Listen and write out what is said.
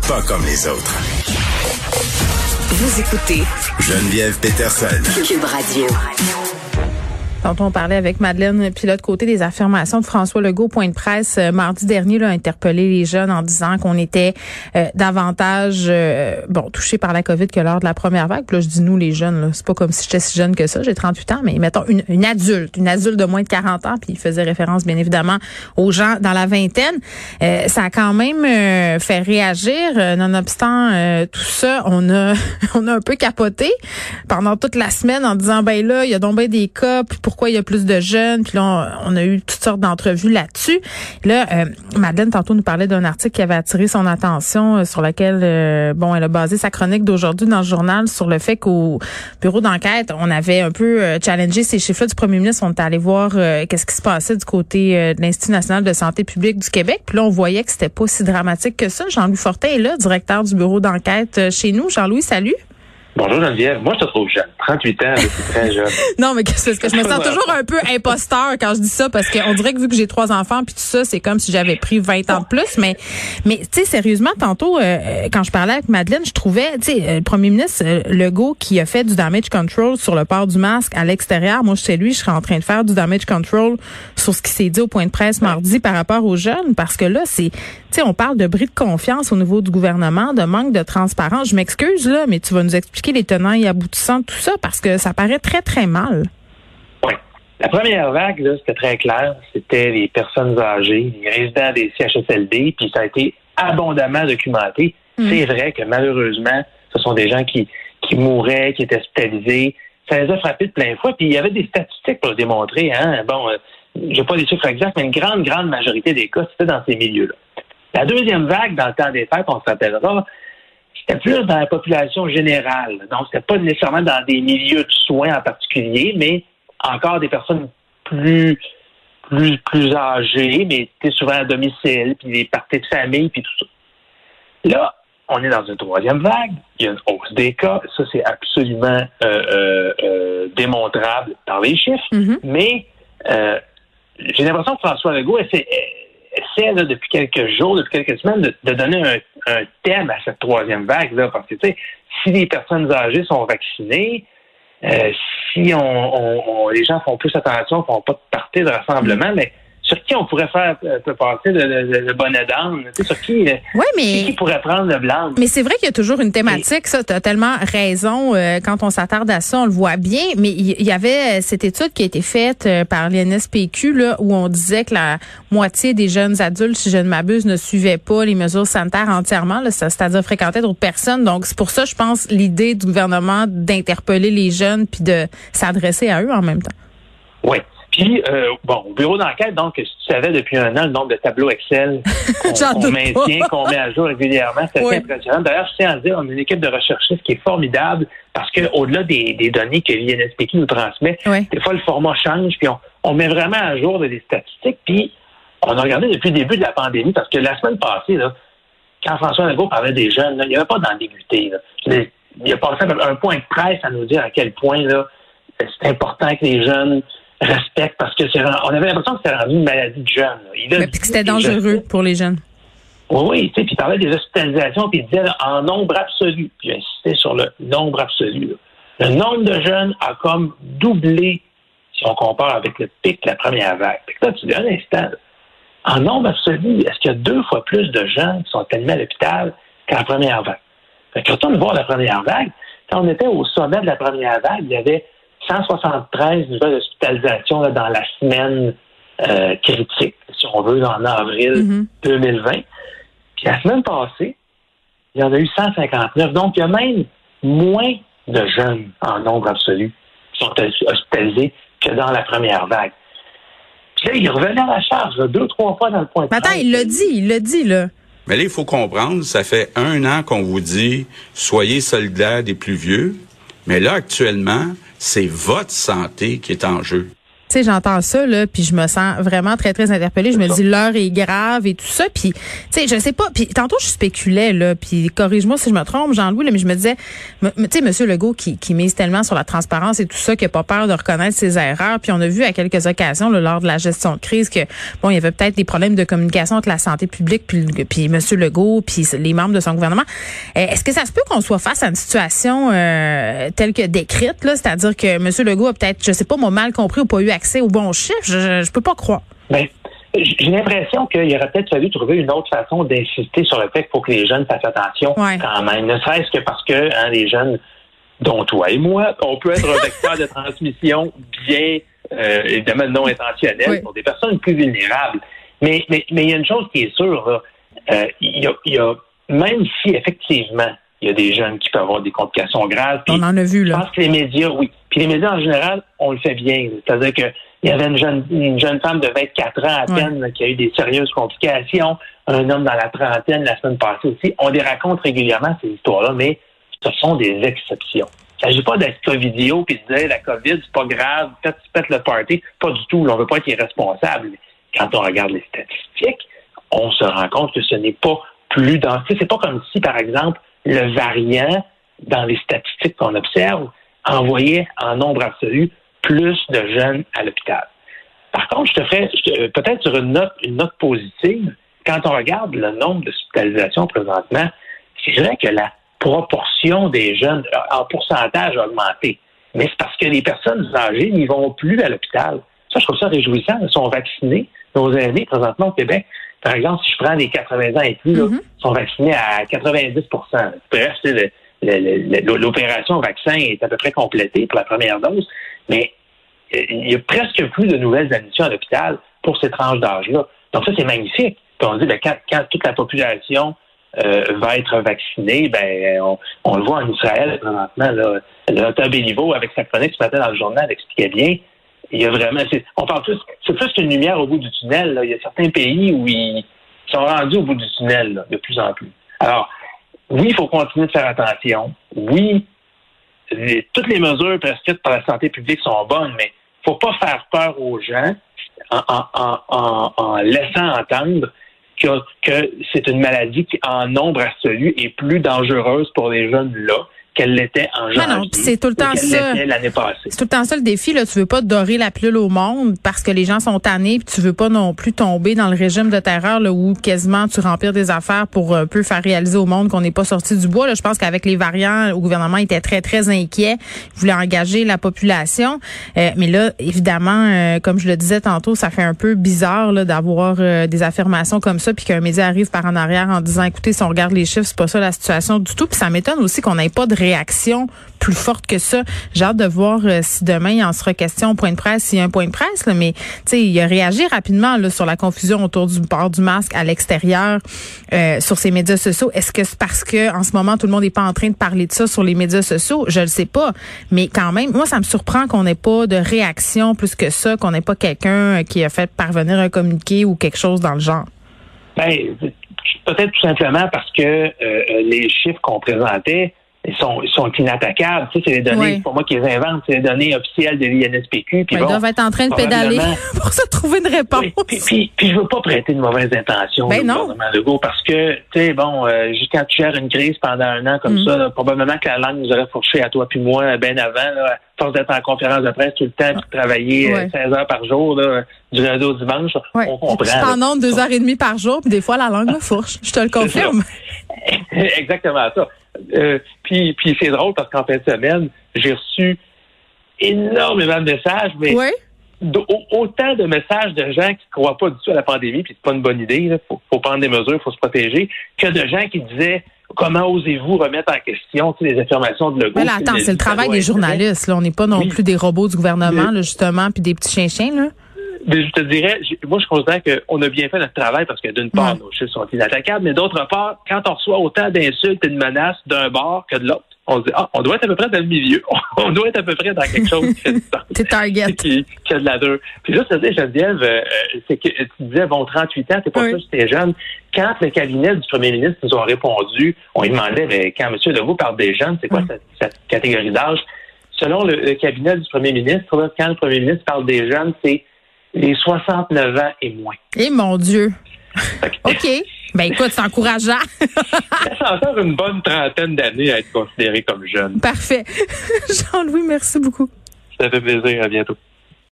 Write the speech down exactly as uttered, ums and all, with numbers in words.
Pas comme les autres. Vous écoutez Geneviève Peterson. Cube Radio. Quand on parlait avec Madeleine Pilote côté des affirmations de François Legault, point de presse euh, mardi dernier, là, a interpellé les jeunes en disant qu'on était euh, davantage euh, bon touchés par la COVID que lors de la première vague. Puis là, je dis nous les jeunes, là, c'est pas comme si j'étais si jeune que ça, j'ai trente-huit ans, mais mettons une, une adulte, une adulte de moins de quarante ans, puis il faisait référence bien évidemment aux gens dans la vingtaine. Euh, ça a quand même euh, fait réagir, euh, nonobstant euh, tout ça, on a on a un peu capoté pendant toute la semaine en disant ben là, il y a donc bien des cas, puis pourquoi il y a plus de jeunes, puis là, on, on a eu toutes sortes d'entrevues là-dessus. Là, euh, Madeleine, tantôt, nous parlait d'un article qui avait attiré son attention, euh, sur lequel, euh, bon, elle a basé sa chronique d'aujourd'hui dans le journal sur le fait qu'au bureau d'enquête, on avait un peu euh, challengé ces chiffres-là du premier ministre. On était allé voir euh, qu'est-ce qui se passait du côté euh, de l'Institut national de santé publique du Québec. Puis là, on voyait que c'était pas si dramatique que ça. Jean-Louis Fortin est là, directeur du bureau d'enquête euh, chez nous. Jean-Louis, salut. Bonjour Geneviève, moi je te trouve jeune, trente-huit ans, c'est très jeune. Non, mais c'est que je me sens toujours un peu imposteur quand je dis ça parce qu'on dirait que vu que j'ai trois enfants puis tout ça, c'est comme si j'avais pris vingt ans de plus. Mais, mais tu sais, sérieusement, tantôt, euh, quand je parlais avec Madeleine, je trouvais, tu sais, le premier ministre euh, Legault qui a fait du damage control sur le port du masque à l'extérieur. Moi, chez lui, je serais en train de faire du damage control sur ce qui s'est dit au point de presse mardi par rapport aux jeunes parce que là, c'est, tu sais, on parle de bris de confiance au niveau du gouvernement, de manque de transparence. Je m'excuse là, mais tu vas nous expliquer les tenants et aboutissants de tout ça parce que ça paraît très, très mal. Oui. La première vague, là, c'était très clair. C'était les personnes âgées, les résidents des C H S L D, puis ça a été abondamment documenté. Mm. C'est vrai que malheureusement, ce sont des gens qui, qui mouraient, qui étaient hospitalisés. Ça les a frappés de plein fouet. Puis il y avait des statistiques pour le démontrer. Hein? Bon, euh, j'ai pas des chiffres exacts, mais une grande, grande majorité des cas, c'était dans ces milieux-là. La deuxième vague, dans le temps des fêtes, on se rappellera, c'était plus dans la population générale. Donc, c'était pas nécessairement dans des milieux de soins en particulier, mais encore des personnes plus plus plus âgées, mais c'était souvent à domicile, puis des parties de famille, puis tout ça. Là, on est dans une troisième vague. Il y a une hausse des cas. Ça, c'est absolument euh, euh, euh, démontrable par les chiffres. Mm-hmm. Mais euh, j'ai l'impression que François Legault essaie... essaie là, depuis quelques jours, depuis quelques semaines, de, de donner un, un thème à cette troisième vague-là. Parce que, tu sais, si les personnes âgées sont vaccinées, euh, si on, on, on, les gens font plus attention, font pas de parties de rassemblement, mais sur qui on pourrait faire euh, passer le, le, le bonnet d'âne? Tu sais, sur qui, oui, mais... qui, qui pourrait prendre le blanc? Mais c'est vrai qu'il y a toujours une thématique, Et... ça, tu as tellement raison. Euh, quand on s'attarde à ça, on le voit bien. Mais il y, y avait cette étude qui a été faite euh, par l'I N S P Q, là, où on disait que la moitié des jeunes adultes, si je ne m'abuse, ne suivaient pas les mesures sanitaires entièrement, là, c'est-à-dire fréquentaient d'autres personnes. Donc, c'est pour ça, je pense, l'idée du gouvernement d'interpeller les jeunes puis de s'adresser à eux en même temps. Oui. Puis, euh, bon, au bureau d'enquête, donc, si tu savais depuis un an le nombre de tableaux Excel qu'on, qu'on maintient, pas. qu'on met à jour régulièrement, c'est assez oui. impressionnant. D'ailleurs, je tiens à le dire, on a une équipe de recherchistes qui est formidable parce que au-delà des, des données que l'I N S P Q nous transmet, oui. des fois, le format change, puis on, on met vraiment à jour des statistiques. Puis, on a regardé depuis le début de la pandémie parce que la semaine passée, là, quand François Legault parlait des jeunes, là, il n'y avait pas d'ambiguïté. Là. Il a passé un point de presse à nous dire à quel point là, c'est important que les jeunes respect parce que c'est on avait l'impression que c'était rendu une maladie de jeunes. Mais puis que c'était dangereux jeunes. pour les jeunes. Oui, oui, tu sais, puis il parlait des hospitalisations, puis il disait là, en nombre absolu, puis il insistait sur le nombre absolu. Là. Le nombre de jeunes a comme doublé si on compare avec le pic de la première vague. Puis là, tu dis un instant, là, en nombre absolu, est-ce qu'il y a deux fois plus de gens qui sont admis à l'hôpital qu'à la première vague? Fait que retourne voir la première vague. Quand on était au sommet de la première vague, il y avait cent soixante-treize nouvelles hospitalisations là, dans la semaine euh, critique, si on veut, en avril mm-hmm. deux mille vingt. Puis la semaine passée, il y en a eu cent cinquante-neuf. Donc, il y a même moins de jeunes en nombre absolu qui sont hospitalisés que dans la première vague. Puis là, il revenait à la charge, là, deux, trois fois dans le point de presse. Attends, il l'a dit, il l'a dit, là. Mais là, il faut comprendre, ça fait un an qu'on vous dit « Soyez solidaires des plus vieux ». Mais là, actuellement, c'est votre santé qui est en jeu. C'est sais, j'entends ça, là, puis je me sens vraiment très, très interpellée. Je me dis, l'heure est grave et tout ça. Puis, tu sais, je sais pas. Puis, tantôt, je spéculais, là, puis corrige-moi si je me trompe, Jean-Louis, là, mais je me disais, tu sais, M. Legault qui, qui mise tellement sur la transparence et tout ça, qui n'a pas peur de reconnaître ses erreurs. Puis, on a vu à quelques occasions, là, lors de la gestion de crise, que, bon, il y avait peut-être des problèmes de communication entre la santé publique puis, puis M. Legault puis les membres de son gouvernement. Est-ce que ça se peut qu'on soit face à une situation euh, telle que décrite, là, c'est-à-dire que M. Legault a peut-être, je sais pas, moi, mal compris ou pas eu accès aux bons chiffres? Je, je, je peux pas croire. Ben, j'ai l'impression qu'il aurait peut-être fallu trouver une autre façon d'insister sur le fait qu'il faut que les jeunes fassent attention ouais. quand même. Ne serait-ce que parce que hein, les jeunes, dont toi et moi, on peut être un vecteur de transmission bien, euh, évidemment, non intentionnel oui. pour des personnes plus vulnérables. Mais mais mais il y a une chose qui est sûre, là. Euh, il y a, il y a même si effectivement il y a des jeunes qui peuvent avoir des complications graves. On en a vu là. Je pense que les médias, oui. Puis les médias en général, on le fait bien. C'est-à-dire que il y avait une jeune une jeune femme de vingt-quatre ans à peine ouais. qui a eu des sérieuses complications, un homme dans la trentaine la semaine passée aussi. On les raconte régulièrement ces histoires-là, mais ce sont des exceptions. Il ne s'agit pas d'être covidio puis de dire la COVID c'est pas grave, peut-être tu pètes le party. Pas du tout. Là, on veut pas être irresponsable. Quand on regarde les statistiques, on se rend compte que ce n'est pas plus dans. Tu sais, c'est pas comme si, par exemple, le variant, dans les statistiques qu'on observe, envoyait en nombre absolu plus de jeunes à l'hôpital. Par contre, je te ferais je, peut-être sur une note, une note positive, quand on regarde le nombre d'hospitalisations présentement, c'est vrai que la proportion des jeunes en pourcentage a augmenté. Mais c'est parce que les personnes âgées n'y vont plus à l'hôpital. Ça, je trouve ça réjouissant. Ils sont vaccinés. Nos aînés, présentement, au Québec, par exemple, si je prends les quatre-vingts ans et plus, là, mm-hmm. sont vaccinés à quatre-vingt-dix pour cent. Bref, le, le, le, l'opération vaccin est à peu près complétée pour la première dose, mais il y a presque plus de nouvelles admissions à l'hôpital pour ces tranches d'âge-là. Donc ça, c'est magnifique. Puis on dit, ben, quand, quand toute la population euh, va être vaccinée, ben, on, on le voit en Israël, présentement, là, le docteur Béliveau, avec sa chronique ce matin dans le journal, expliquait bien. Il y a vraiment, c'est, on parle plus, c'est plus qu'une lumière au bout du tunnel, là. Il y a certains pays où ils sont rendus au bout du tunnel, là, de plus en plus. Alors, oui, il faut continuer de faire attention. Oui, les, toutes les mesures prescrites par la santé publique sont bonnes, mais il ne faut pas faire peur aux gens en, en, en, en, en laissant entendre que, que c'est une maladie qui, en nombre absolu, est plus dangereuse pour les jeunes là qu'elle l'était en janvier. Non, non, c'est tout le temps ça. L'année passée. C'est tout le temps ça le défi. Là, tu veux pas dorer la pilule au monde parce que les gens sont tannés, puis tu veux pas non plus tomber dans le régime de terreur là, où quasiment tu remplis des affaires pour un peu faire réaliser au monde qu'on n'est pas sorti du bois. Là, je pense qu'avec les variants, le gouvernement était très très inquiet. Il voulait engager la population, euh, mais là, évidemment, euh, comme je le disais tantôt, ça fait un peu bizarre là, d'avoir euh, des affirmations comme ça, puis qu'un média arrive par en arrière en disant, écoutez, si on regarde les chiffres, c'est pas ça la situation du tout. Puis ça m'étonne aussi qu'on n'ait pas de réaction plus forte que ça. J'ai hâte de voir euh, si demain il en sera question au point de presse, s'il y a un point de presse, là, mais tu sais, il a réagi rapidement là, sur la confusion autour du port du masque à l'extérieur euh, sur ses médias sociaux. Est-ce que c'est parce que en ce moment tout le monde n'est pas en train de parler de ça sur les médias sociaux? Je le sais pas, mais quand même, moi ça me surprend qu'on n'ait pas de réaction plus que ça, qu'on n'ait pas quelqu'un qui a fait parvenir un communiqué ou quelque chose dans le genre. Ben, peut-être tout simplement parce que euh, les chiffres qu'on présentait Ils sont, ils sont inattaquables. Tu sais, c'est les données, oui. C'est pas moi qui les invente, c'est les données officielles de l'I N S P Q. Puis ouais, bon, ils doivent être en train de pédaler pour se trouver une réponse. Oui, puis, puis, puis je veux pas prêter de mauvaises intentions ben au gouvernement Legault parce que, tu sais, bon, euh, juste quand tu gères une crise pendant un an comme mm. ça, là, probablement que la langue nous aurait fourché à toi puis moi bien avant, là, à force d'être en conférence de presse tout le temps, puis de travailler ouais. euh, seize heures par jour, là, du lundi au dimanche, ouais. on comprend. Je suis en onde deux heures et demie par jour, puis des fois la langue me fourche. Je te le confirme. Exactement ça. Euh, puis, puis c'est drôle parce qu'en fin de semaine, j'ai reçu énormément de messages, mais oui. autant de messages de gens qui ne croient pas du tout à la pandémie, puis c'est pas une bonne idée, il faut, faut prendre des mesures, il faut se protéger, que de gens qui disaient comment osez-vous remettre en question les affirmations de Legault. Mais là, attends, c'est le travail des journalistes, là. On n'est pas non oui. plus des robots du gouvernement, là, justement, puis des petits chiens-chiens, là. Mais je te dirais, moi, je considère qu'on a bien fait notre travail parce que d'une part, ouais. nos chiffres sont inattaquables, mais d'autre part, quand on reçoit autant d'insultes et de menaces d'un bord que de l'autre, on se dit, ah, on doit être à peu près dans le milieu. On doit être à peu près dans quelque chose qui fait du sens. T'es target. Qui, qui a de la dure. Puis juste te dire, Geneviève, euh, c'est que tu disais, bon, trente-huit ans, t'es pas oui. sûr que t'es jeune. Quand le cabinet du premier ministre nous ont répondu, on lui demandait, mais quand M. Legault parle des jeunes, c'est quoi mm. cette, cette catégorie d'âge? selon le, le cabinet du premier ministre, là, quand le premier ministre parle des jeunes, c'est les soixante-neuf ans et moins. Eh mon Dieu! OK. Ben écoute, c'est encourageant. Ça encore une bonne trentaine d'années à être considéré comme jeune. Parfait. Jean-Louis, merci beaucoup. Ça fait plaisir. À bientôt.